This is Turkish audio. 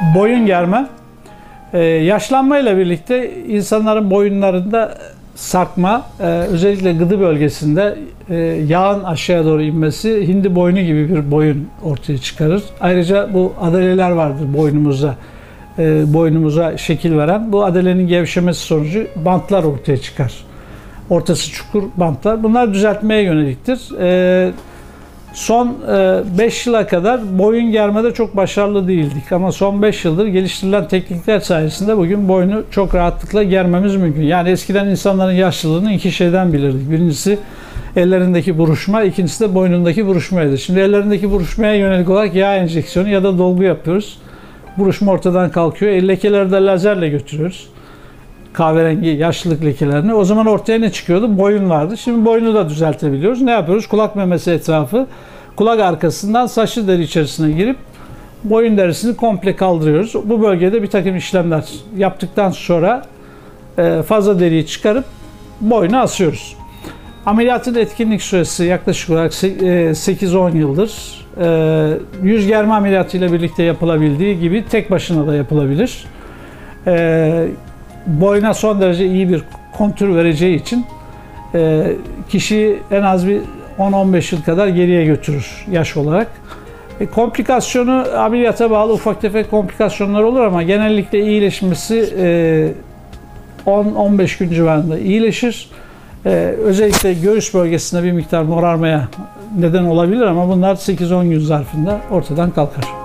Boyun germe. Yaşlanmayla birlikte insanların boyunlarında sarkma, özellikle gıdı bölgesinde yağın aşağıya doğru inmesi hindi boynu gibi bir boyun ortaya çıkarır. Ayrıca bu adaleler vardır boynumuza şekil veren. Bu adalenin gevşemesi sonucu bantlar ortaya çıkar. Ortası çukur bantlar. Bunlar düzeltmeye yöneliktir. Son 5 yıla kadar boyun germede çok başarılı değildik ama son 5 yıldır geliştirilen teknikler sayesinde bugün boynu çok rahatlıkla germemiz mümkün. Yani eskiden insanların yaşlılığını iki şeyden bilirdik. Birincisi ellerindeki buruşma, ikincisi de boynundaki buruşmaydı. Şimdi ellerindeki buruşmaya yönelik olarak yağ enjeksiyonu ya da dolgu yapıyoruz. Buruşma ortadan kalkıyor. Lekeleri de lazerle götürüyoruz. Kahverengi yaşlılık lekelerini. O zaman ortaya ne çıkıyordu? Boyun vardı. Şimdi boynu da düzeltebiliyoruz. Ne yapıyoruz? Kulak memesi etrafı, kulak arkasından saçlı deri içerisine girip boyun derisini komple kaldırıyoruz. Bu bölgede bir takım işlemler yaptıktan sonra fazla deriyi çıkarıp boynu asıyoruz. Ameliyatın etkinlik süresi yaklaşık olarak 8-10 yıldır. Yüz germe ameliyatı ile birlikte yapılabildiği gibi tek başına da yapılabilir. Boyuna son derece iyi bir kontür vereceği için kişiyi en az bir 10-15 yıl kadar geriye götürür yaş olarak. Komplikasyonu ameliyata bağlı ufak tefek komplikasyonlar olur ama genellikle iyileşmesi 10-15 gün civarında iyileşir. Özellikle göğüs bölgesinde bir miktar morarmaya neden olabilir ama bunlar 8-10 gün zarfında ortadan kalkar.